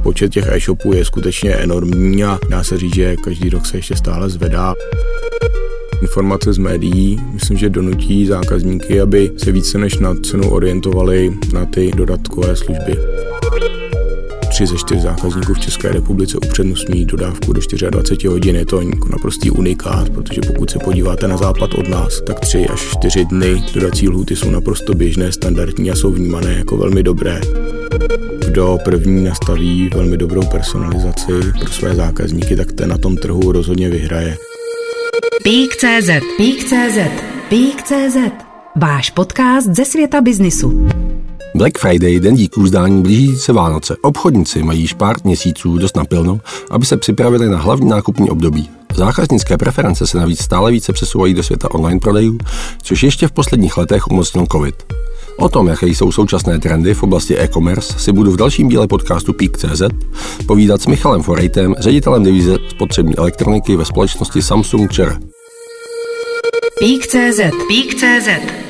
Počet těch e-shopů je skutečně enormní a dá se říct, že každý rok se ještě stále zvedá. Informace z médií, myslím, že donutí zákazníky, aby se více než na cenu orientovali na ty dodatkové služby. 3 ze 4 zákazníků v České republice upřednostňují dodávku do 24 hodin. Je to naprostý unikát, protože pokud se podíváte na západ od nás, tak 3 až 4 dny dodací lhůty jsou naprosto běžné, standardní a jsou vnímané jako velmi dobré. Kdo první nastaví velmi dobrou personalizaci pro své zákazníky, tak ten na tom trhu rozhodně vyhraje. Peak.cz Váš podcast ze světa biznisu. Black Friday, den díků zdání blíží se Vánoce. Obchodníci mají již pár měsíců dost napilno, aby se připravili na hlavní nákupní období. Zákaznické preference se navíc stále více přesouvají do světa online prodejů, což ještě v posledních letech umocnil COVID. O tom, jaké jsou současné trendy v oblasti e-commerce, si budu v dalším díle podcastu Peak.cz povídat s Michalem Forejtem, ředitelem divize spotřební elektroniky ve společnosti Samsung ČR. Peak.cz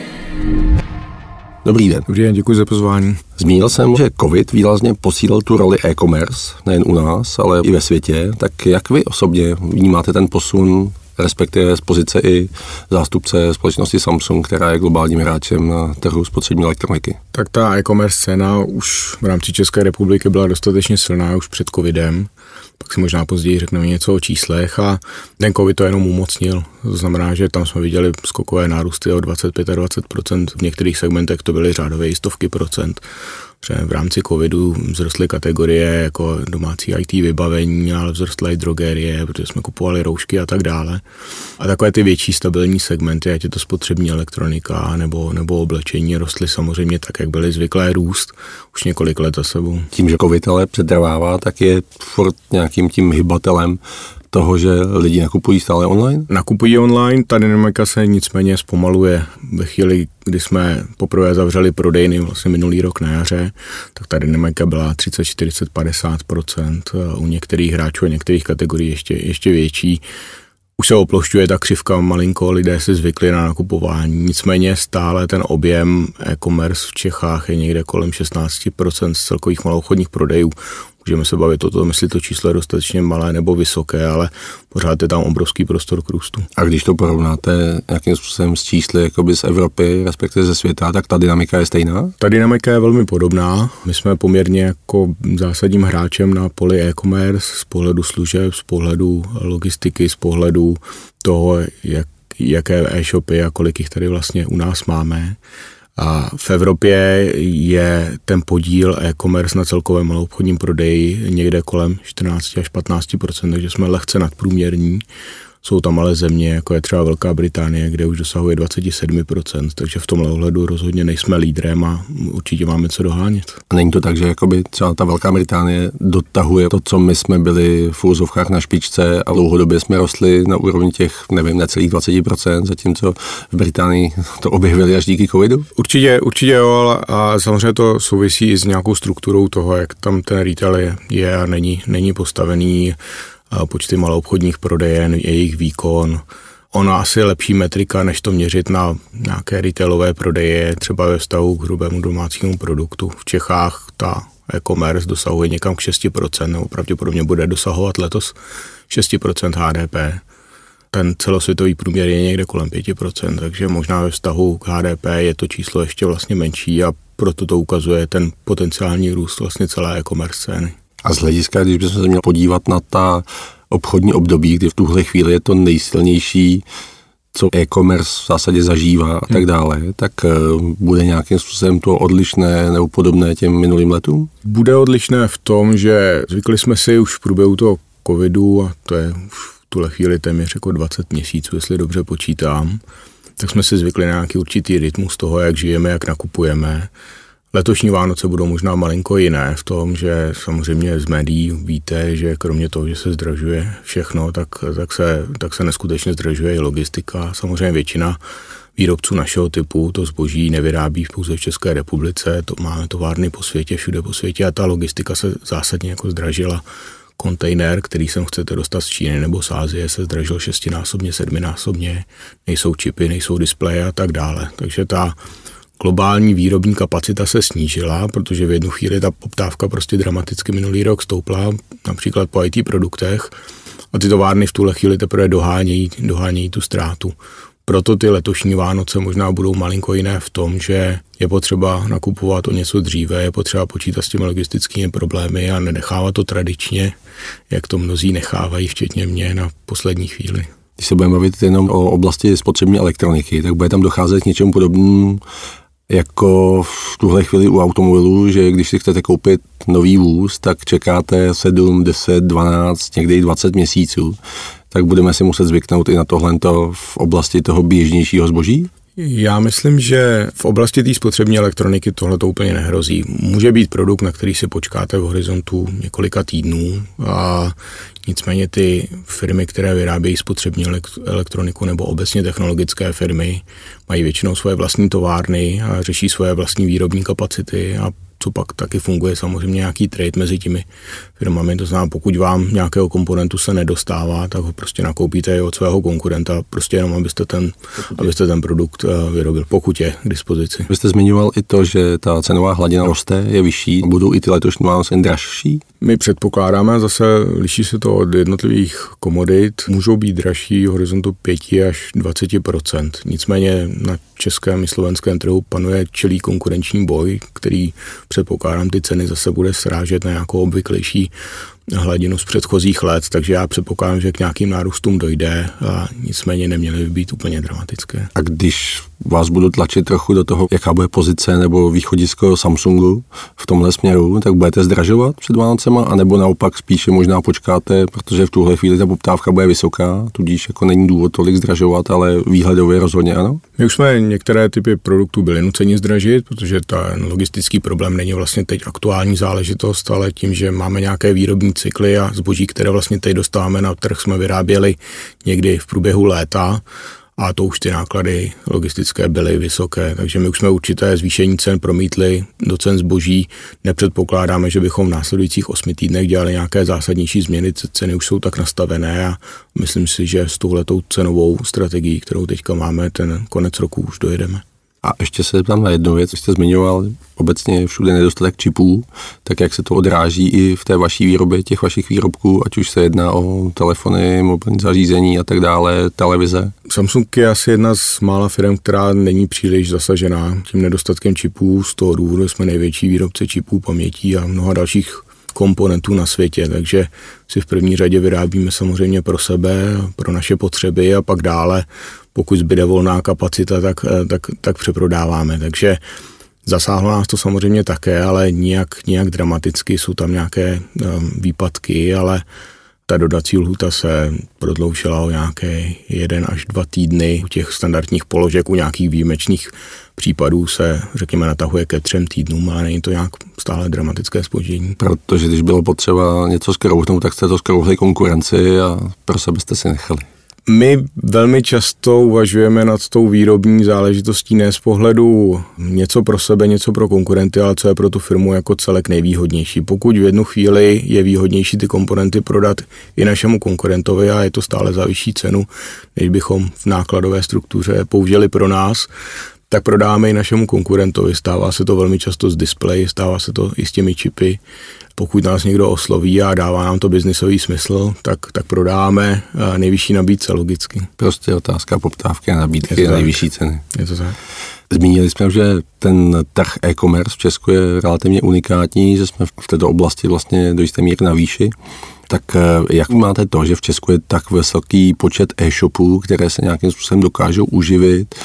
Dobrý den. Dobrý den, děkuji za pozvání. Zmínil jsem, že COVID výrazně posílil tu roli e-commerce, nejen u nás, ale i ve světě. Tak jak vy osobně vnímáte ten posun, respektive z pozice i zástupce společnosti Samsung, která je globálním hráčem na trhu spotřební elektroniky? Tak ta e-commerce scéna už v rámci České republiky byla dostatečně silná už před covidem. Pak si možná později řekneme něco o číslech a ten covid to jenom umocnil. To znamená, že tam jsme viděli skokové nárůsty o 25-20%, v některých segmentech to byly řádové stovky procent. V rámci covidu vzrostly kategorie jako domácí IT vybavení, ale vzrostly i drogerie, protože jsme kupovali roušky a tak dále. A takové ty větší stabilní segmenty, ať je to spotřební elektronika nebo oblečení, rostly samozřejmě tak, jak byly zvyklé růst už několik let za sebou. Tím, že covid ale přetrvává, tak je furt nějakým tím hybatelem toho, že lidi nakupují stále online? Nakupují online, ta dynamika se nicméně zpomaluje. Ve chvíli, kdy jsme poprvé zavřeli prodejny vlastně minulý rok na jaře, tak ta dynamika byla 30, 40, 50%. U některých hráčů a některých kategorií ještě větší. Už se oplošťuje ta křivka malinko, lidé si zvykli na nakupování. Nicméně stále ten objem e-commerce v Čechách je někde kolem 16% z celkových maloobchodních prodejů. Můžeme se bavit o tom, jestli to číslo je dostatečně malé nebo vysoké, ale pořád je tam obrovský prostor k růstu. A když to porovnáte nějakým způsobem s čísly jakoby z Evropy, respektive ze světa, tak ta dynamika je stejná? Ta dynamika je velmi podobná. My jsme poměrně jako zásadním hráčem na poli e-commerce z pohledu služeb, z pohledu logistiky, z pohledu toho, jaké e-shopy a kolik jich tady vlastně u nás máme. A v Evropě je ten podíl e-commerce na celkovém maloobchodním prodeji někde kolem 14 až 15%, takže jsme lehce nadprůměrní. Jsou tam ale země, jako je třeba Velká Británie, kde už dosahuje 27%, takže v tomhle ohledu rozhodně nejsme lídrem a určitě máme co dohánět. A není to tak, že jakoby třeba ta Velká Británie dotahuje to, co my jsme byli v úvozovkách na špičce a dlouhodobě jsme rostli na úrovni těch, nevím, necelých 20%, zatímco v Británii to objevili až díky covidu? Určitě jo, a samozřejmě to souvisí s nějakou strukturou toho, jak tam ten retail je a není postavený, počty maloobchodních prodejen, jejich výkon. Ono asi je lepší metrika, než to měřit na nějaké retailové prodeje, třeba ve vztahu k hrubému domácímu produktu. V Čechách ta e-commerce dosahuje někam k 6%, nebo pravděpodobně bude dosahovat letos 6% HDP. Ten celosvětový průměr je někde kolem 5%, takže možná ve vztahu k HDP je to číslo ještě vlastně menší a proto to ukazuje ten potenciální růst vlastně celé e-commerce scény. A z hlediska, když bychom se měli podívat na ta obchodní období, kdy v tuhle chvíli je to nejsilnější, co e-commerce v zásadě zažívá a tak dále, tak bude nějakým způsobem to odlišné nebo podobné těm minulým letům? Bude odlišné v tom, že zvykli jsme si už v průběhu toho covidu, a to je už v tuhle chvíli téměř jako 20 měsíců, jestli dobře počítám, tak jsme si zvykli na nějaký určitý rytmus toho, jak žijeme, jak nakupujeme. Letošní Vánoce budou možná malinko jiné v tom, že samozřejmě z médií víte, že kromě toho, že se zdražuje všechno, tak se neskutečně zdražuje i logistika. Samozřejmě většina výrobců našeho typu to zboží nevyrábí pouze v České republice, to máme továrny po světě, všude po světě a ta logistika se zásadně jako zdražila. Kontejner, který sem chcete dostat z Číny nebo z Asie, se zdražil 6násobně, 7násobně, nejsou čipy, nejsou displeje a tak dále. Takže ta globální výrobní kapacita se snížila, protože v jednu chvíli ta poptávka prostě dramaticky minulý rok stoupla, například po IT produktech, a ty továrny v tuhle chvíli teprve dohánějí tu ztrátu. Proto ty letošní Vánoce možná budou malinko jiné v tom, že je potřeba nakupovat o něco dříve, je potřeba počítat s těmi logistickými problémy a nenechávat to tradičně, jak to mnozí nechávají, včetně mě, na poslední chvíli. Když se budeme bavit jenom o oblasti spotřební elektroniky, tak bude tam docházet k něčemu podobnému jako v tuhle chvíli u automobilů, že když si chcete koupit nový vůz, tak čekáte 7, 10, 12, někdy i 20 měsíců. Tak budeme si muset zvyknout i na tohleto v oblasti toho běžnějšího zboží? Já myslím, že v oblasti té spotřební elektroniky tohle to úplně nehrozí. Může být produkt, na který si počkáte v horizontu několika týdnů, a nicméně ty firmy, které vyrábějí spotřební elektroniku nebo obecně technologické firmy, mají většinou svoje vlastní továrny a řeší svoje vlastní výrobní kapacity, a co pak taky funguje samozřejmě nějaký trade mezi těmi firmami. To znamená, pokud vám nějakého komponentu se nedostává, tak ho prostě nakoupíte od svého konkurenta, prostě jenom abyste ten produkt vyrobil, pokud je k dispozici. Vy jste zmiňoval i to, že ta cenová hladina roste, je vyšší, budou i ty letošní Vánoce dražší? My předpokládáme, zase liší se to od jednotlivých komodit, můžou být dražší v horizontu 5 až 20%. Nicméně na českém i slovenském trhu panuje čelý konkurenční boj, který předpokládám ty ceny zase bude srážet na nějakou obvyklejší hladinu z předchozích let, takže já předpokládám, že k nějakým nárůstům dojde, a nicméně neměly by být úplně dramatické. A když vás budu tlačit trochu do toho, jaká bude pozice nebo východisko Samsungu v tomhle směru, tak budete zdražovat před Vánocema, anebo naopak spíše možná počkáte, protože v tuhle chvíli ta poptávka bude vysoká, tudíž jako není důvod tolik zdražovat, ale výhledově rozhodně ano? My už jsme některé typy produktů byli nuceni zdražit, protože ten logistický problém není vlastně teď aktuální záležitost, ale tím, že máme nějaké výrobní cykly a zboží, které vlastně teď dostáváme na trh, jsme vyráběli někdy v průběhu léta, a to už ty náklady logistické byly vysoké, takže my už jsme určité zvýšení cen promítli do cen zboží. Nepředpokládáme, že bychom v následujících 8 týdnech dělali nějaké zásadnější změny, ceny už jsou tak nastavené a myslím si, že s touhletou cenovou strategií, kterou teďka máme, ten konec roku už dojedeme. A ještě se zeptám na jednu věc, jste zmiňoval obecně všude nedostatek čipů, tak jak se to odráží i v té vaší výrobě těch vašich výrobků, ať už se jedná o telefony, mobilní zařízení a tak dále, televize? Samsung je asi jedna z mála firm, která není příliš zasažená tím nedostatkem čipů, z toho důvodu jsme největší výrobce čipů, pamětí a mnoha dalších komponentů na světě, takže si v první řadě vyrábíme samozřejmě pro sebe, pro naše potřeby a pak dále, pokud zbyde volná kapacita, tak přeprodáváme. Takže zasáhlo nás to samozřejmě také, ale nijak dramaticky, jsou tam nějaké výpadky, ale ta dodací lhůta se prodloužila o nějaké 1 až 2 týdny. U těch standardních položek, u nějakých výjimečných případů se, řekněme, natahuje ke 3 týdnům, ale není to nějak stále dramatické zpoždění. Protože když bylo potřeba něco skrouhnout, tak jste to skrouhli konkurenci a pro sebe jste si nechali. My velmi často uvažujeme nad tou výrobní záležitostí ne z pohledu něco pro sebe, něco pro konkurenty, ale co je pro tu firmu jako celek nejvýhodnější. Pokud v jednu chvíli je výhodnější ty komponenty prodat i našemu konkurentovi a je to stále za vyšší cenu, než bychom v nákladové struktuře použili pro nás, tak prodáme i našemu konkurentovi. Stává se to velmi často z displeji, stává se to i s těmi čipy. Pokud nás někdo osloví a dává nám to biznisový smysl, tak prodáme nejvyšší nabídce logicky. Prostě otázka poptávky a nabídky a nejvyšší ceny. Je to tak. Zmínili jsme, že ten trh e-commerce v Česku je relativně unikátní, že jsme v této oblasti vlastně do jisté míry na výši. Tak jak máte to, že v Česku je tak vysoký počet e-shopů, které se nějakým způsobem dokážou uživit,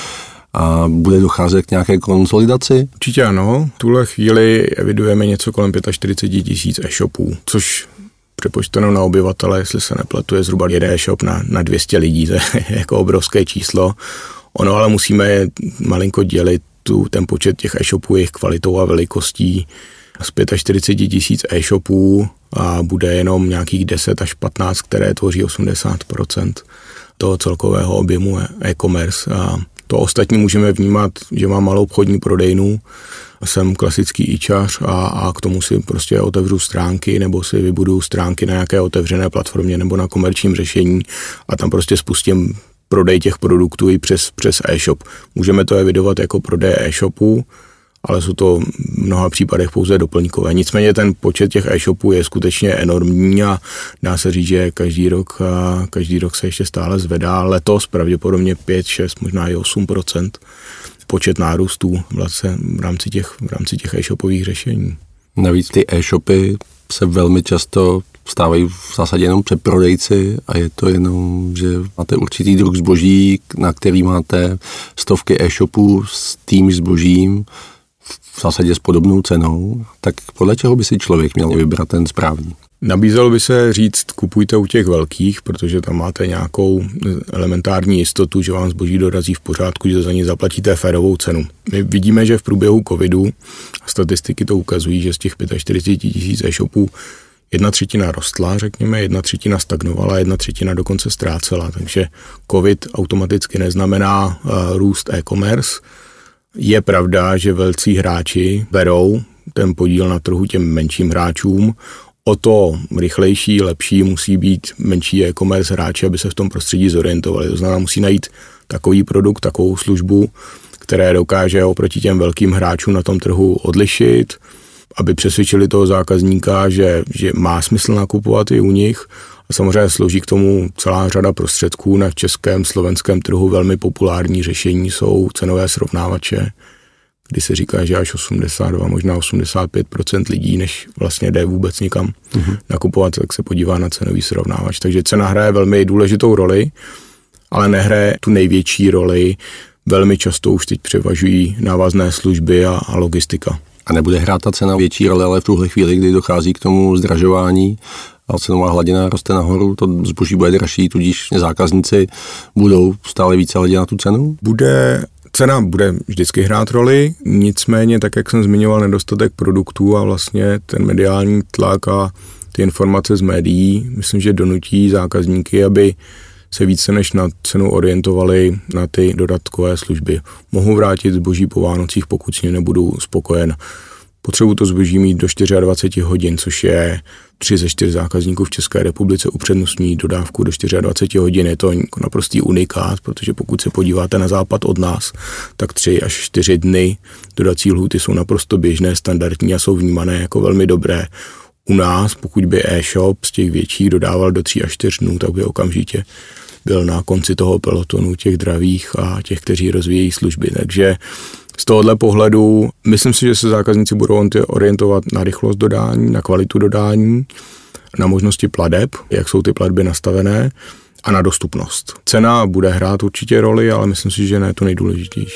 a bude docházet k nějaké konsolidaci? Určitě ano. V tuhle chvíli evidujeme něco kolem 45 000 e-shopů, což přepočteno na obyvatele, jestli se nepletu, je zhruba jeden e-shop na 200 lidí, to je jako obrovské číslo. Ono ale musíme malinko dělit ten počet těch e-shopů jejich kvalitou a velikostí. Z 45 000 e-shopů a bude jenom nějakých 10 až 15, které tvoří 80% toho celkového objemu e-commerce. A to ostatní můžeme vnímat, že mám malou obchodní prodejnu, jsem klasický ičař a k tomu si prostě otevřu stránky nebo si vybuduju stránky na nějaké otevřené platformě nebo na komerčním řešení a tam prostě spustím prodej těch produktů i přes e-shop. Můžeme to evidovat jako prodej e-shopů, ale jsou to v mnoha případech pouze doplňkové. Nicméně ten počet těch e-shopů je skutečně enormní a dá se říct, že každý rok se ještě stále zvedá. Letos pravděpodobně 5, 6, možná i 8% počet nárůstů vlastně v rámci těch e-shopových řešení. Navíc ty e-shopy se velmi často stávají v zásadě jenom přeprodejci a je to jenom, že máte určitý druh zboží, na který máte stovky e-shopů s tím zbožím v zásadě s podobnou cenou, tak podle čeho by si člověk měl vybrat ten správný? Nabízelo by se říct, kupujte u těch velkých, protože tam máte nějakou elementární jistotu, že vám zboží dorazí v pořádku, že za ně zaplatíte férovou cenu. My vidíme, že v průběhu covidu, statistiky to ukazují, že z těch 45 000 e-shopů 1/3 rostla, řekněme, 1/3 stagnovala, 1/3 dokonce ztrácela. Takže covid automaticky neznamená růst e-commerce. Je pravda, že velcí hráči berou ten podíl na trhu těm menším hráčům. O to rychlejší, lepší musí být menší e-commerce hráči, aby se v tom prostředí zorientovali. To znamená, musí najít takový produkt, takovou službu, které dokáže oproti těm velkým hráčům na tom trhu odlišit, aby přesvědčili toho zákazníka, že má smysl nakupovat i u nich. A samozřejmě složí k tomu celá řada prostředků. Na českém, slovenském trhu velmi populární řešení jsou cenové srovnávače, kdy se říká, že až 82, možná 85% lidí, než vlastně jde vůbec nikam nakupovat, tak se podívá na cenový srovnávač. Takže cena hraje velmi důležitou roli, ale nehraje tu největší roli. Velmi často už teď převažují návazné služby a logistika. A nebude hrát ta cena větší roli, ale v tuhle chvíli, kdy dochází k tomu zdražování a cenová hladina roste nahoru, to zboží bude dražší, tudíž zákazníci budou stále více hledět na tu cenu? Cena bude vždycky hrát roli, nicméně, tak jak jsem zmiňoval, nedostatek produktů a vlastně ten mediální tlak a ty informace z médií, myslím, že donutí zákazníky, aby se více než na cenu orientovali na ty dodatkové služby. Mohu vrátit zboží po Vánocích, pokud s ním nebudu spokojen. Potřebuji to zboží mít do 24 hodin, což je 3 ze 4 zákazníků v České republice upřednostní dodávku do 24 hodin. Je to naprostý unikát, protože pokud se podíváte na západ od nás, tak 3 až 4 dny dodací lhůty jsou naprosto běžné, standardní a jsou vnímané jako velmi dobré. U nás, pokud by e-shop z těch větších dodával do 3 až 4 dnů, tak by okamžitě byl na konci toho pelotonu těch dravých a těch, kteří rozvíjejí služby. Takže z tohohle pohledu myslím si, že se zákazníci budou orientovat na rychlost dodání, na kvalitu dodání, na možnosti plateb, jak jsou ty platby nastavené a na dostupnost. Cena bude hrát určitě roli, ale myslím si, že ne to nejdůležitější.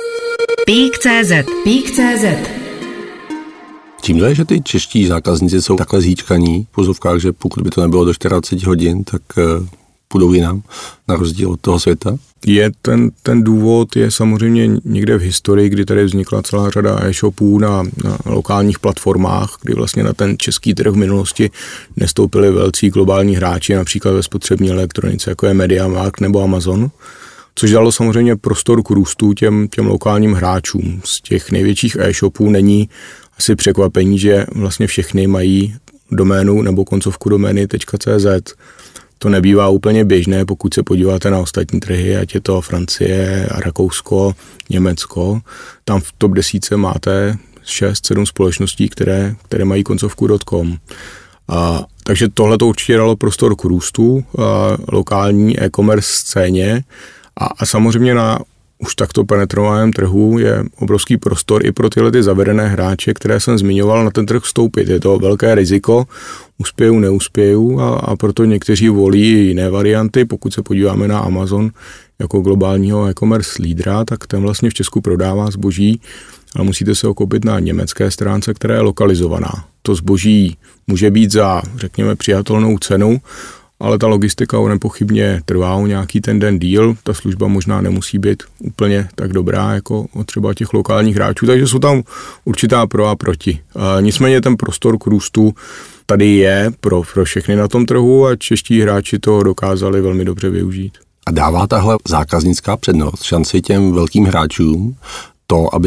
Peak.cz Tímhle je, že ty čeští zákazníci jsou takhle zhýčkaní v pozovkách, že pokud by to nebylo do 24 hodin, tak půjdou jinam, na rozdíl od toho světa? Ten důvod je samozřejmě někde v historii, kdy tady vznikla celá řada e-shopů na lokálních platformách, kdy vlastně na ten český trh v minulosti nestoupili velcí globální hráči, například ve spotřební elektronice, jako je MediaMarkt nebo Amazon, což dalo samozřejmě prostor k růstu těm lokálním hráčům. Z těch největších e-shopů není asi překvapení, že vlastně všechny mají doménu nebo koncovku domény .cz. To nebývá úplně běžné, pokud se podíváte na ostatní trhy, ať je to Francie, Rakousko, Německo. Tam v top 10 máte 6-7 společností, které mají koncovku .com. Takže tohle to určitě dalo prostor k růstu lokální e-commerce scéně a samozřejmě na už takto penetrovaném trhu je obrovský prostor i pro tyhle ty zavedené hráče, které jsem zmiňoval, na ten trh vstoupit. Je to velké riziko, uspěju, neuspěju a proto někteří volí jiné varianty. Pokud se podíváme na Amazon jako globálního e-commerce lídra, tak ten vlastně v Česku prodává zboží, ale musíte se ho koupit na německé stránce, která je lokalizovaná. To zboží může být za, řekněme, přijatelnou cenu, ale ta logistika nepochybně trvá o nějaký ten den díl, ta služba možná nemusí být úplně tak dobrá jako od třeba těch lokálních hráčů, takže jsou tam určitá pro a proti. Nicméně ten prostor k růstu tady je pro všechny na tom trhu a čeští hráči to dokázali velmi dobře využít. A dává tahle zákaznická přednost šanci těm velkým hráčům to, aby se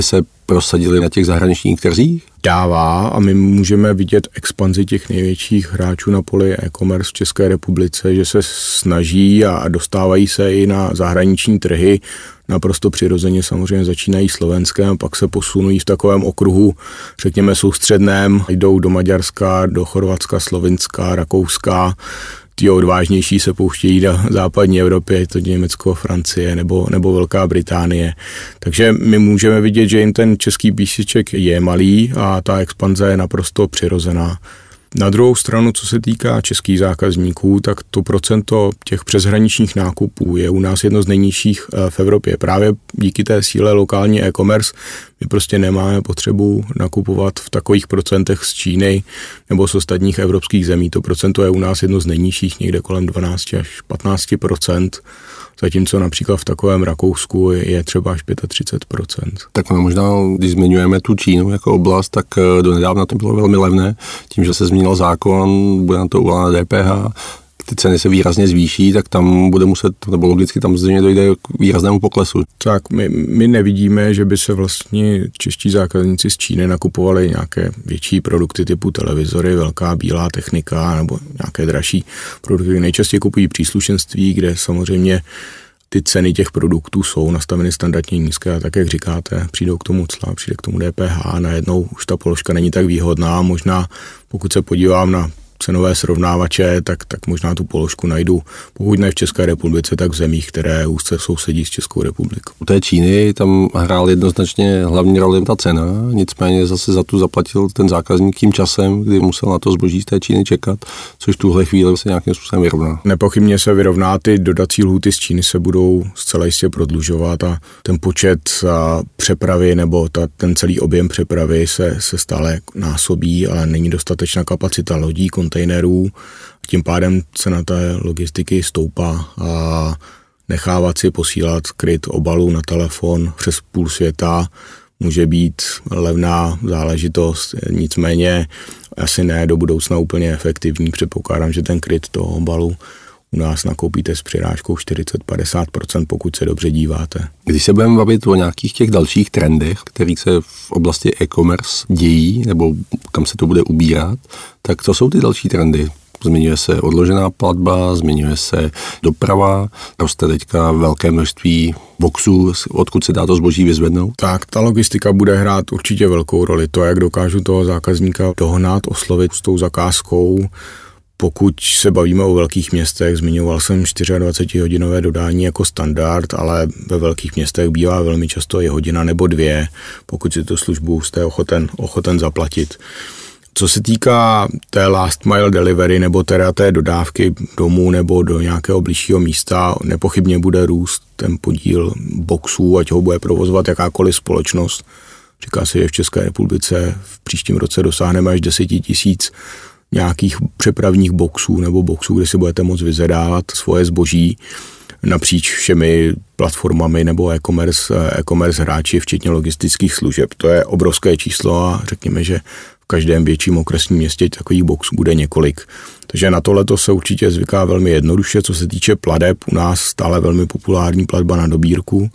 prosadili na těch zahraničních trzích? Dává a my můžeme vidět expanzi těch největších hráčů na poli e-commerce v České republice, že se snaží a dostávají se i na zahraniční trhy. Naprosto přirozeně samozřejmě začínají Slovenskem, pak se posunují v takovém okruhu, řekněme soustředném, jdou do Maďarska, do Chorvatska, Slovinska, Rakouska. Ti odvážnější se pouštějí do západní Evropy, je to Německo, Francie nebo Velká Británie. Takže my můžeme vidět, že jim ten český píseček je malý a ta expanze je naprosto přirozená. Na druhou stranu, co se týká českých zákazníků, tak to procento těch přeshraničních nákupů je u nás jedno z nejnižších v Evropě. Právě díky té síle lokální e-commerce my prostě nemáme potřebu nakupovat v takových procentech z Číny nebo z ostatních evropských zemí. To procento je u nás jedno z nejnižších, někde kolem 12 až 15%. Zatímco například v takovém Rakousku je třeba až 35%. Tak možná, když zmiňujeme tu Čínu jako oblast, tak donedávna to bylo velmi levné. Tím, že se změnil zákon, bude na to uvalena DPH, ty ceny se výrazně zvýší, tak tam bude muset, nebo logicky tam zřejmě dojde k výraznému poklesu. Tak my nevidíme, že by se vlastně čeští zákazníci z Číny nakupovali nějaké větší produkty typu televizory, velká bílá technika nebo nějaké dražší produkty. Nejčastěji kupují příslušenství, kde samozřejmě ty ceny těch produktů jsou nastaveny standardně nízké a tak, jak říkáte, přijdou k tomu cla, přijde k tomu DPH a najednou už ta položka není tak výhodná. Možná, pokud se podívám na cenové srovnávače, tak možná tu položku najdu, pokud ne v České republice, tak v zemích, které úzce sousedí s Českou republikou. U té Číny tam hrál jednoznačně hlavní roli ta cena, nicméně zase za tu zaplatil ten zákazník tím časem, kdy musel na to zboží z té Číny čekat, což v tuhle chvíli se nějakým způsobem vyrovná. Nepochybně se vyrovná, ty dodací lhůty z Číny se budou zcela jistě prodlužovat a ten počet přepravy nebo ten celý objem přepravy se stále násobí, ale není dostatečná kapacita lodí, kontejnerů, tím pádem cena té logistiky stoupá a nechávat si posílat kryt obalů na telefon přes půl světa může být levná záležitost, nicméně asi ne do budoucna úplně efektivní. Předpokládám, že ten kryt toho obalu u nás nakoupíte s přirážkou 40-50%, pokud se dobře díváte. Když se budeme bavit o nějakých těch dalších trendech, které se v oblasti e-commerce dějí, nebo kam se to bude ubírat, tak to jsou ty další trendy. Zmiňuje se odložená platba, zmiňuje se doprava, roste teďka velké množství boxů, odkud se dá to zboží vyzvednout. Tak, ta logistika bude hrát určitě velkou roli. To, jak dokážu toho zákazníka dohnat, oslovit s tou zakázkou. Pokud se bavíme o velkých městech, zmiňoval jsem 24-hodinové dodání jako standard, ale ve velkých městech bývá velmi často i hodina nebo dvě, pokud si tu službu jste ochoten zaplatit. Co se týká té last mile delivery nebo teda té dodávky domů nebo do nějakého bližšího místa, nepochybně bude růst ten podíl boxů, ať ho bude provozovat jakákoliv společnost. Říká se, že v České republice v příštím roce dosáhneme až 10 000 nějakých přepravních boxů nebo boxů, kde si budete moct vyzadávat svoje zboží napříč všemi platformami nebo e-commerce hráči, včetně logistických služeb. To je obrovské číslo a řekněme, že v každém větším okresním městě takových boxů bude několik. Takže na tohleto se určitě zvyká velmi jednoduše. Co se týče plateb, u nás stále velmi populární platba na dobírku.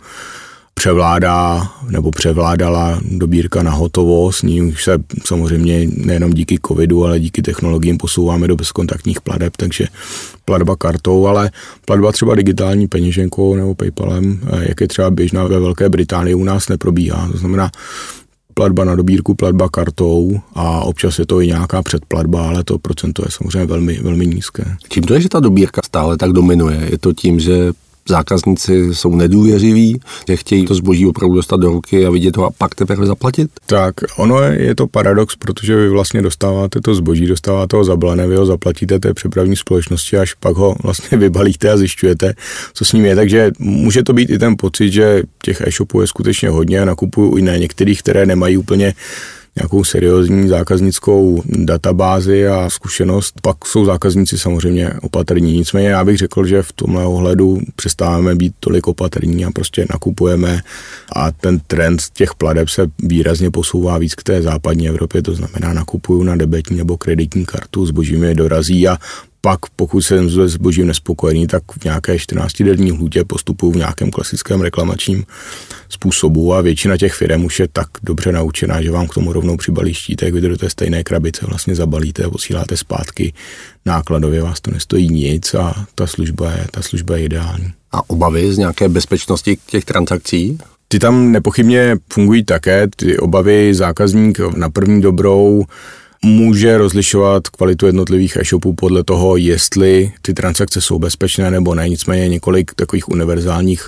Převládala dobírka na hotovost, s ní už se samozřejmě nejenom díky covidu, ale díky technologiím posouváme do bezkontaktních plateb, takže platba kartou, ale platba třeba digitální peněženkou nebo PayPalem, jak je třeba běžná ve Velké Británii, u nás neprobíhá. To znamená platba na dobírku, platba kartou a občas je to i nějaká předplatba, ale to procento je samozřejmě velmi, velmi nízké. Čím to je, že ta dobírka stále tak dominuje? Je to tím, že zákazníci jsou nedůvěřiví, že chtějí to zboží opravdu dostat do ruky a vidět ho a pak teprve zaplatit? Tak, ono je to paradox, protože vy vlastně dostáváte to zboží, dostáváte ho zabalené, vy ho zaplatíte té přepravní společnosti, až pak ho vlastně vybalíte a zjišťujete, co s ním je. Takže může to být i ten pocit, že těch e-shopů je skutečně hodně a nakupuju i některých, které nemají úplně nějakou seriózní zákaznickou databázi a zkušenost. Pak jsou zákazníci samozřejmě opatrní. Nicméně já bych řekl, že v tomhle ohledu přestáváme být tolik opatrní a prostě nakupujeme a ten trend těch plateb se výrazně posouvá víc k té západní Evropě, to znamená nakupuju na debetní nebo kreditní kartu, zboží mi dorazí a Pak pokud jsem se zbožím nespokojený, tak v nějaké 14denní lhůtě postupuju v nějakém klasickém reklamačním způsobu a většina těch firem už je tak dobře naučená, že vám k tomu rovnou přibalí štítek, vy do té stejné krabice vlastně zabalíte a posíláte zpátky. Nákladově vás to nestojí nic a ta služba je ideální. A obavy z nějaké bezpečnosti těch transakcí? Ty tam nepochybně fungují také, ty obavy zákazník na první dobrou může rozlišovat kvalitu jednotlivých e-shopů podle toho, jestli ty transakce jsou bezpečné nebo ne. Nicméně několik takových univerzálních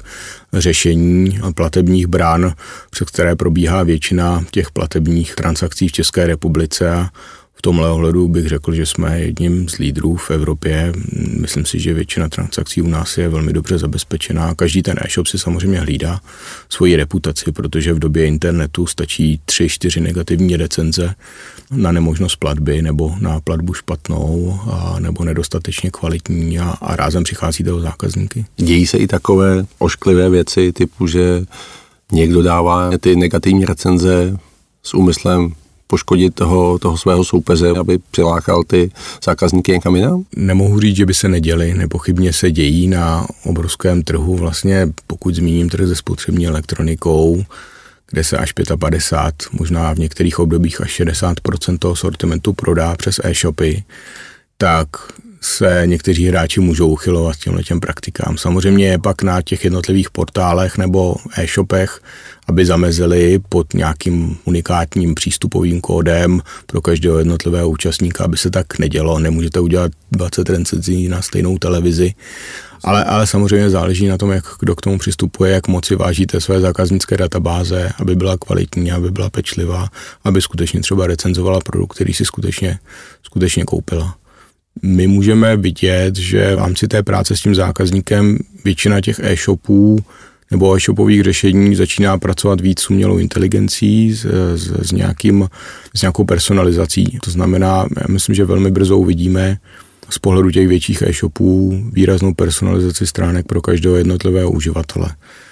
řešení platebních bran, přes které probíhá většina těch platebních transakcí v České republice a v tomhle ohledu bych řekl, že jsme jedním z lídrů v Evropě. Myslím si, že většina transakcí u nás je velmi dobře zabezpečená. Každý ten e-shop si samozřejmě hlídá svoji reputaci, protože v době internetu stačí 3-4 negativní recenze na nemožnost platby nebo na platbu špatnou a nebo nedostatečně kvalitní a rázem přicházíte o zákazníky. Dějí se i takové ošklivé věci typu, že někdo dává ty negativní recenze s úmyslem poškodit toho svého soupeře, aby přilákal ty zákazníky někam jinam? Nemohu říct, že by se neděli, nepochybně se dějí na obrovském trhu. Vlastně pokud zmíním trh se spotřební elektronikou, kde se až 55, možná v některých obdobích až 60% toho sortimentu prodá přes e-shopy, tak se někteří hráči můžou uchylovat těmhletěm praktikám. Samozřejmě je pak na těch jednotlivých portálech nebo e-shopech, aby zamezili pod nějakým unikátním přístupovým kódem pro každého jednotlivého účastníka, aby se tak nedělo. Nemůžete udělat 20 recenzí na stejnou televizi, ale samozřejmě záleží na tom, jak kdo k tomu přistupuje, jak moc si vážíte své zákaznické databáze, aby byla kvalitní, aby byla pečlivá, aby skutečně třeba recenzovala produkt, který si skutečně koupila. My můžeme vidět, že v rámci té práce s tím zákazníkem většina těch e-shopů nebo e-shopových řešení začíná pracovat víc s umělou inteligencí, s nějakou personalizací. To znamená, já myslím, že velmi brzo uvidíme z pohledu těch větších e-shopů výraznou personalizaci stránek pro každého jednotlivého uživatele.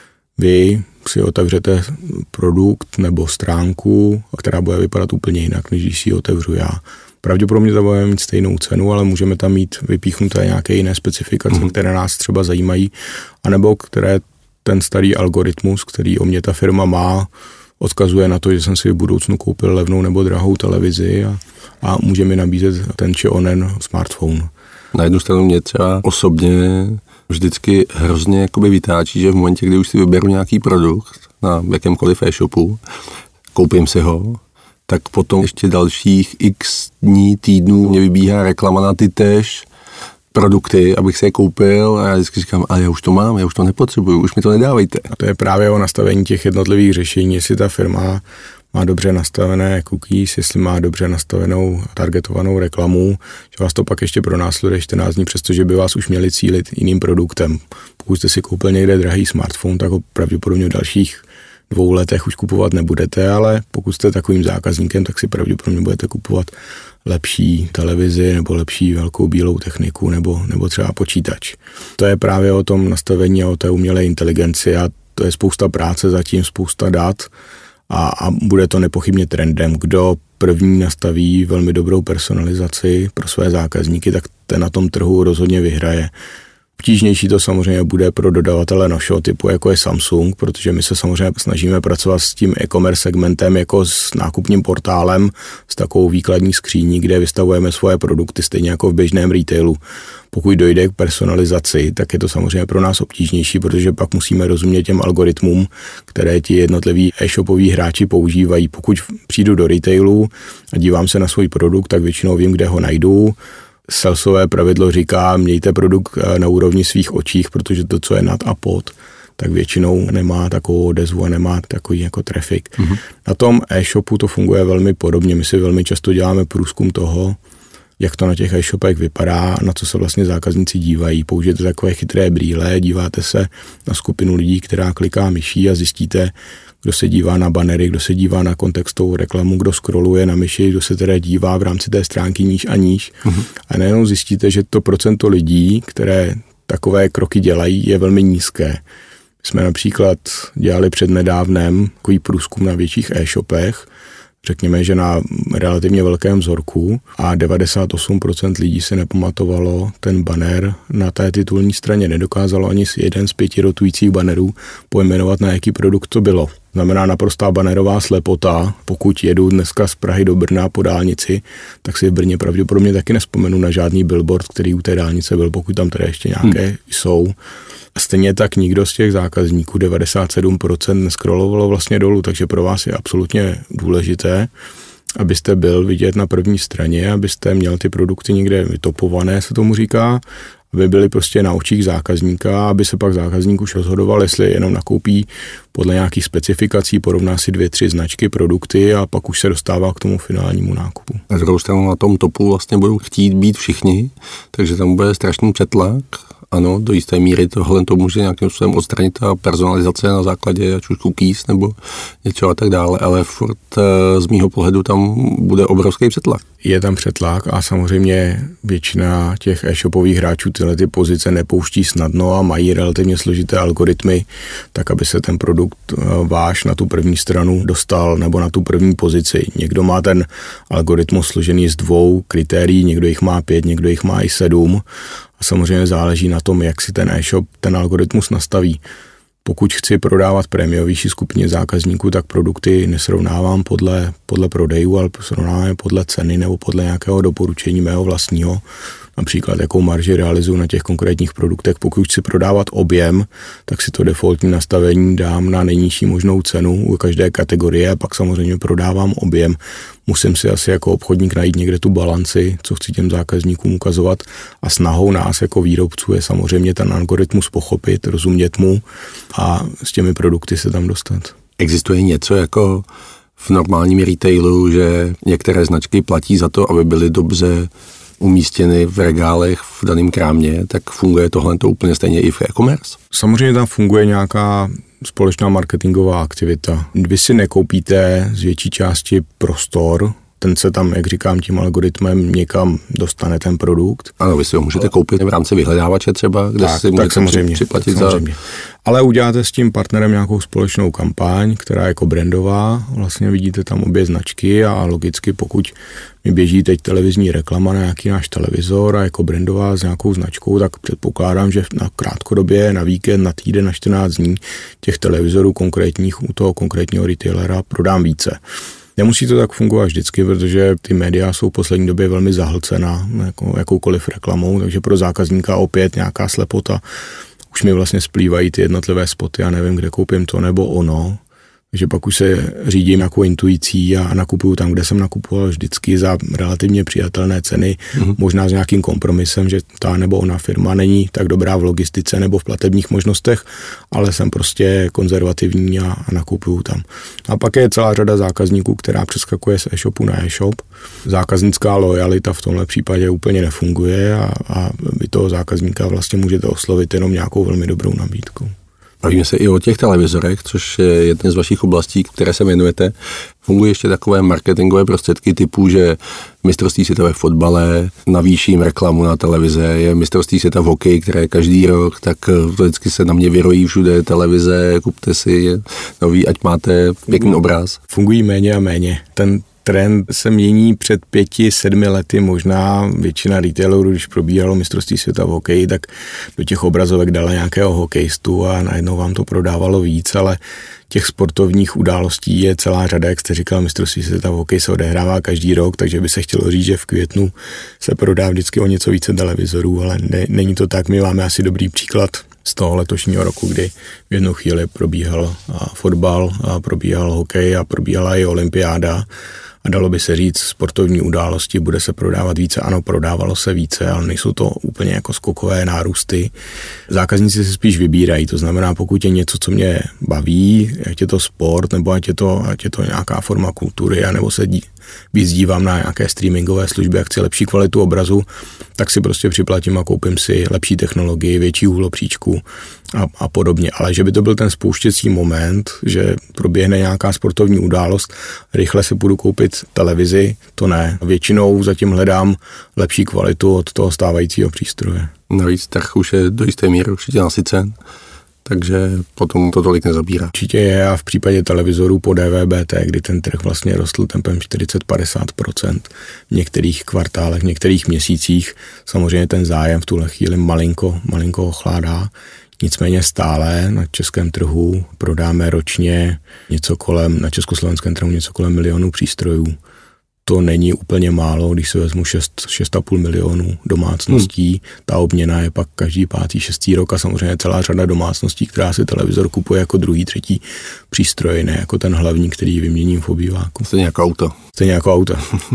Vy si otevřete produkt nebo stránku, která bude vypadat úplně jinak, než když si ji otevřu já. Pravděpodobně to budeme mít stejnou cenu, ale můžeme tam mít vypíchnuté nějaké jiné specifikace, které nás třeba zajímají, anebo které ten starý algoritmus, který o mě ta firma má, odkazuje na to, že jsem si v budoucnu koupil levnou nebo drahou televizi a může mi nabízet ten či onen smartphone. Na jednu stranu mě třeba osobně vždycky hrozně vytáčí, že v momentě, kdy už si vyberu nějaký produkt na jakémkoliv e-shopu, koupím si ho, tak potom ještě dalších x dní, týdnů mě vybíhá reklama na ty též produkty, abych si je koupil a já vždycky říkám, ale já už to mám, já už to nepotřebuju, už mi to nedávejte. A to je právě o nastavení těch jednotlivých řešení, jestli ta firma má dobře nastavené cookies, jestli má dobře nastavenou targetovanou reklamu, že vás to pak ještě pronásleduje 14 dní, přestože by vás už měli cílit jiným produktem. Pokud jste si koupil někde drahý smartphone, tak ho pravděpodobně v dalších 2 letech už kupovat nebudete, ale pokud jste takovým zákazníkem, tak si pravděpodobně budete kupovat lepší televizi nebo lepší velkou bílou techniku nebo třeba počítač. To je právě o tom nastavení a o té umělé inteligenci a to je spousta práce, zatím spousta dat a bude to nepochybně trendem. Kdo první nastaví velmi dobrou personalizaci pro své zákazníky, tak ten na tom trhu rozhodně vyhraje. Obtížnější to samozřejmě bude pro dodavatele našeho typu, jako je Samsung, protože my se samozřejmě snažíme pracovat s tím e-commerce segmentem jako s nákupním portálem, s takovou výkladní skříní, kde vystavujeme svoje produkty stejně jako v běžném retailu. Pokud dojde k personalizaci, tak je to samozřejmě pro nás obtížnější, protože pak musíme rozumět těm algoritmům, které ti jednotliví e-shopoví hráči používají. Pokud přijdu do retailu a dívám se na svůj produkt, tak většinou vím, kde ho najdu. Salesové pravidlo říká, mějte produkt na úrovni svých očích, protože to, co je nad a pod, tak většinou nemá takovou odezvu a nemá takový jako traffic. Mm-hmm. Na tom e-shopu to funguje velmi podobně. My si velmi často děláme průzkum toho, jak to na těch e-shopech vypadá, na co se vlastně zákazníci dívají. Použijete takové chytré brýle, díváte se na skupinu lidí, která kliká myší a zjistíte, kdo se dívá na banery, kdo se dívá na kontextovou reklamu, kdo scrolluje na myši, kdo se teda dívá v rámci té stránky níž a níž. Mm-hmm. A najednou zjistíte, že to procento lidí, které takové kroky dělají, je velmi nízké. Jsme například dělali přednedávnem takový průzkum na větších e-shopech, řekněme, že na relativně velkém vzorku a 98% lidí si nepamatovalo ten banner na té titulní straně. Nedokázalo ani si jeden z 5 rotujících bannerů pojmenovat, na jaký produkt to bylo. Znamená naprostá bannerová slepota. Pokud jedu dneska z Prahy do Brna po dálnici, tak si v Brně pravděpodobně taky nespomenu na žádný billboard, který u té dálnice byl, pokud tam tedy ještě nějaké jsou. A stejně tak nikdo z těch zákazníků, 97%, nescrollovalo vlastně dolů, takže pro vás je absolutně důležité, abyste byl vidět na první straně, abyste měl ty produkty někde vytopované, se tomu říká, aby byly prostě na očích zákazníka, aby se pak zákazník už rozhodoval, jestli jenom nakoupí podle nějakých specifikací, porovná si 2-3 značky, produkty a pak už se dostává k tomu finálnímu nákupu. Na druhou stranu na tom topu vlastně budou chtít být všichni, takže tam bude strašný přetlak. Ano, do jisté míry tohle to může nějakým způsobem odstranit ta personalizace na základě ať už cookies nebo něco a tak dále, ale furt z mýho pohledu tam bude obrovský přetlak. Je tam přetlak a samozřejmě většina těch e-shopových hráčů tyhle ty pozice nepouští snadno a mají relativně složité algoritmy, tak aby se ten produkt váš na tu první stranu dostal nebo na tu první pozici. Někdo má ten algoritmus složený z 2 kritérií, někdo jich má 5, někdo jich má i 7. A samozřejmě záleží na tom, jak si ten e-shop, ten algoritmus nastaví. Pokud chci prodávat prémiovější skupině zákazníků, tak produkty nesrovnávám podle prodejů, ale srovnávám podle ceny nebo podle nějakého doporučení mého vlastního. Například jakou marži realizuju na těch konkrétních produktech. Pokud chci prodávat objem, tak si to defaultní nastavení dám na nejnižší možnou cenu u každé kategorie, pak samozřejmě prodávám objem. Musím si asi jako obchodník najít někde tu balanci, co chci těm zákazníkům ukazovat a snahou nás jako výrobců je samozřejmě ten algoritmus pochopit, rozumět mu a s těmi produkty se tam dostat. Existuje něco jako v normálním retailu, že některé značky platí za to, aby byly dobře umístěny v regálech v daném krámě, tak funguje tohle to úplně stejně i v e-commerce? Samozřejmě tam funguje nějaká společná marketingová aktivita. Vy si nekoupíte z větší části prostor, ten se tam, jak říkám, tím algoritmem někam dostane ten produkt. Ano, vy si ho můžete koupit v rámci vyhledávače třeba, kde tak, si můžete samozřejmě, připlatit samozřejmě. Ale uděláte s tím partnerem nějakou společnou kampaň, která je jako brandová. Vlastně vidíte tam obě značky a logicky, pokud mi běží teď televizní reklama na nějaký náš televizor a jako brandová s nějakou značkou, tak předpokládám, že na krátkodobě, na víkend, na týden, na 14 dní těch televizorů konkrétních u toho konkrétního retailera prodám více. Nemusí to tak fungovat vždycky, protože ty média jsou v poslední době velmi zahlcena jakoukoliv reklamou, takže pro zákazníka opět nějaká slepota. Už mi vlastně splývají ty jednotlivé spoty a nevím, kde koupím to nebo ono. Takže pak už se řídím nějakou intuicí a nakupuju tam, kde jsem nakupoval vždycky za relativně přijatelné ceny, možná s nějakým kompromisem, že ta nebo ona firma není tak dobrá v logistice nebo v platebních možnostech, ale jsem prostě konzervativní a nakupuju tam. A pak je celá řada zákazníků, která přeskakuje z e-shopu na e-shop. Zákaznická lojalita v tomhle případě úplně nefunguje a vy toho zákazníka vlastně můžete oslovit jenom nějakou velmi dobrou nabídkou. Bavíme se i o těch televizorech, což je jedna z vašich oblastí, které se jmenujete. Fungují ještě takové marketingové prostředky typu, že mistrovství světa ve fotbale, navýším reklamu na televize, je mistrovství světa v hokeji, které je každý rok, tak vždycky se na mě vyrojí všude televize, kupte si nový, ať máte pěkný obraz. Fungují méně a méně. Ten trend se mění před 5-7 lety, možná většina retailerů, když probíhalo mistrovství světa v hokeji, tak do těch obrazovek dala nějakého hokejistu a najednou vám to prodávalo víc, ale těch sportovních událostí je celá řada, jak jste říkal, mistrovství světa v hokeji se odehrává každý rok, takže by se chtělo říct, že v květnu se prodá vždycky o něco více televizorů, ale není to tak. My máme asi dobrý příklad z toho letošního roku, kdy v jednu chvíli probíhal fotbal, a probíhal hokej a probíhala i olympiáda. A dalo by se říct, sportovní události bude se prodávat více. Ano, prodávalo se více, ale nejsou to úplně jako skokové nárůsty. Zákazníci se spíš vybírají, to znamená, pokud je něco, co mě baví, ať je to sport, nebo ať je to nějaká forma kultury, anebo se víc dívám na nějaké streamingové služby a chci lepší kvalitu obrazu, tak si prostě připlatím a koupím si lepší technologii, větší úhlopříčku a podobně. Ale že by to byl ten spouštěcí moment, že proběhne nějaká sportovní událost, rychle si půjdu koupit televizi, to ne. Většinou zatím hledám lepší kvalitu od toho stávajícího přístroje. Navíc trh už je do jisté míry určitě nasycen. takže potom to tolik nezabírá. Určitě je a v případě televizorů po DVB-T, kdy ten trh vlastně rostl tempem 40-50% v některých kvartálech, v některých měsících, samozřejmě ten zájem v tuhle chvíli malinko ochládá. Nicméně stále na českém trhu prodáme ročně na československém trhu něco kolem 1 milionu přístrojů. To není úplně málo, když se vezmu 6,5 milionů domácností. Ta obměna je pak každý 5., 6. rok a samozřejmě celá řada domácností, která si televizor kupuje jako 2., 3. přístroj, ne jako ten hlavní, který vyměním v obýváku. Stejně jako auto.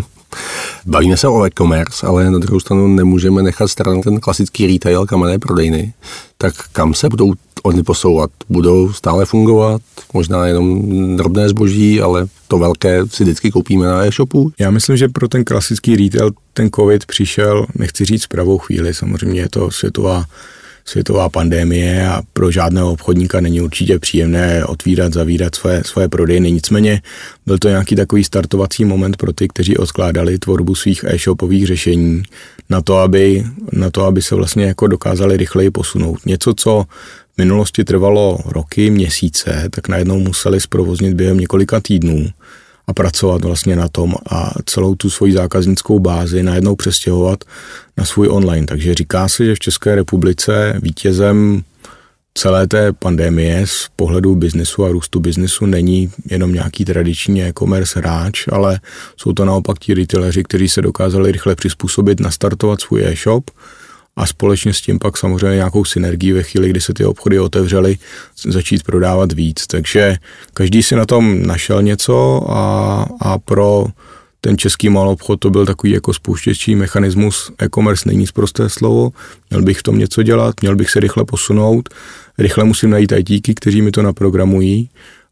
Bavíme se o e-commerce, ale na druhou stranu nemůžeme nechat stranou ten klasický retail, kamenné prodejny. Tak kam se budou oni posouvat? Budou stále fungovat? Možná jenom drobné zboží, ale to velké si vždycky koupíme na e-shopu? Já myslím, že pro ten klasický retail ten covid přišel, nechci říct v pravou chvíli, samozřejmě je to světová pandemie a pro žádného obchodníka není určitě příjemné otvírat, zavírat své prodejny. Nicméně byl to nějaký takový startovací moment pro ty, kteří odkládali tvorbu svých e-shopových řešení na to, aby se vlastně jako dokázali rychleji posunout. Něco, co v minulosti trvalo roky, měsíce, tak najednou museli zprovoznit během několika týdnů a pracovat vlastně na tom a celou tu svoji zákaznickou bázi najednou přestěhovat na svůj online. Takže říká se, že v České republice vítězem celé té pandemie z pohledu biznesu a růstu biznesu není jenom nějaký tradiční e-commerce hráč, ale jsou to naopak ti retaileri, kteří se dokázali rychle přizpůsobit, nastartovat svůj e-shop a společně s tím pak samozřejmě nějakou synergii ve chvíli, kdy se ty obchody otevřely, začít prodávat víc. Takže každý si na tom našel něco a pro ten český maloobchod to byl takový jako spouštěčí mechanismus. E-commerce není sprosté slovo, měl bych v tom něco dělat, měl bych se rychle posunout, rychle musím najít ITky, kteří mi to naprogramují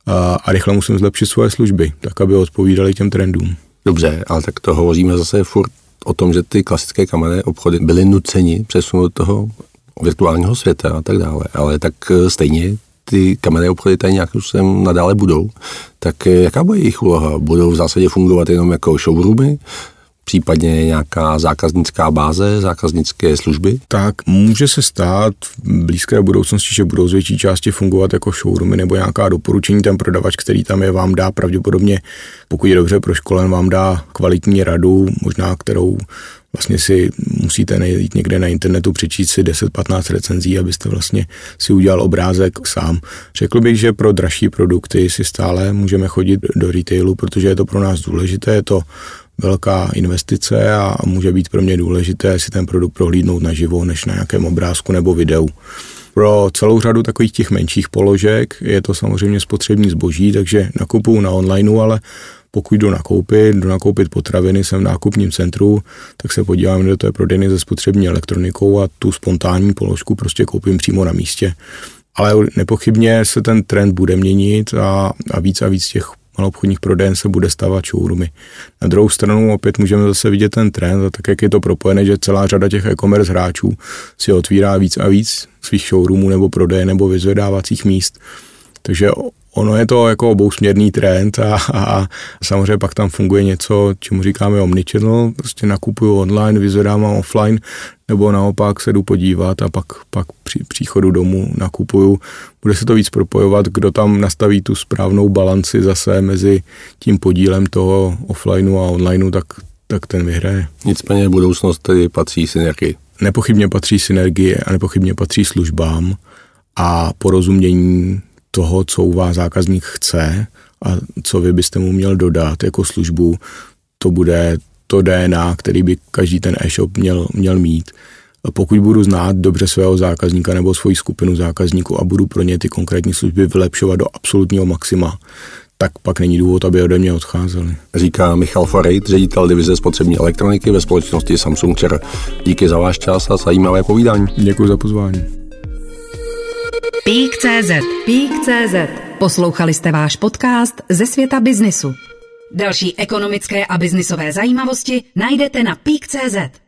a rychle musím zlepšit svoje služby, tak aby odpovídaly těm trendům. Dobře, ale tak to hovoříme zase furt o tom, že ty klasické kamenné obchody byly nuceni přesunout do toho virtuálního světa a tak dále, ale tak stejně ty kamenné obchody tady nějakým způsobem nadále budou. Tak jaká bude jejich úloha? Budou v zásadě fungovat jenom jako showroomy? Případně nějaká zákaznická báze, zákaznické služby? Tak může se stát v blízké budoucnosti, že budou z větší části fungovat jako showroomy nebo nějaká doporučení. Ten prodavač, který tam je, vám dá pravděpodobně, pokud je dobře proškolen, vám dá kvalitní radu, možná kterou vlastně si musíte najít někde na internetu, přečíst si 10-15 recenzí, abyste vlastně si udělal obrázek sám. Řekl bych, že pro dražší produkty si stále můžeme chodit do retailu, protože je to pro nás důležité, je to velká investice a může být pro mě důležité si ten produkt prohlídnout naživo, než na nějakém obrázku nebo videu. Pro celou řadu takových těch menších položek je to samozřejmě spotřební zboží, takže nakupuju na onlineu, ale pokud jdu nakoupit potraviny, jsem v nákupním centru, tak se podívám do té prodejny se spotřební elektronikou a tu spontánní položku prostě koupím přímo na místě. Ale nepochybně se ten trend bude měnit a víc těch maloobchodních prodejen se bude stávat showroomy. Na druhou stranu opět můžeme zase vidět ten trend a tak, jak je to propojené, že celá řada těch e-commerce hráčů si otvírá víc a víc svých showroomů nebo prodejen nebo vyzvedávacích míst. Takže ono je to jako obousměrný trend a samozřejmě pak tam funguje něco, čemu říkáme omnichannel, prostě nakupuju online, vyzvedávám offline, nebo naopak se jdu podívat a pak při příchodu domů nakupuju. Bude se to víc propojovat, kdo tam nastaví tu správnou balanci zase mezi tím podílem toho offlineu a onlineu, tak ten vyhraje. Nicméně budoucnost tedy patří synergii. Nepochybně patří synergie a nepochybně patří službám a porozumění toho, co u vás zákazník chce a co vy byste mu měl dodat jako službu, to bude to DNA, který by každý ten e-shop měl mít. Pokud budu znát dobře svého zákazníka nebo svoji skupinu zákazníků a budu pro ně ty konkrétní služby vylepšovat do absolutního maxima, tak pak není důvod, aby ode mě odcházeli. Říká Michal Forejt, ředitel divize spotřební elektroniky ve společnosti Samsung ČR. Díky za váš čas a zajímavé povídání. Děkuji za pozvání. Peak.cz. Poslouchali jste váš podcast ze světa biznisu. Další ekonomické a biznisové zajímavosti najdete na Peak.cz.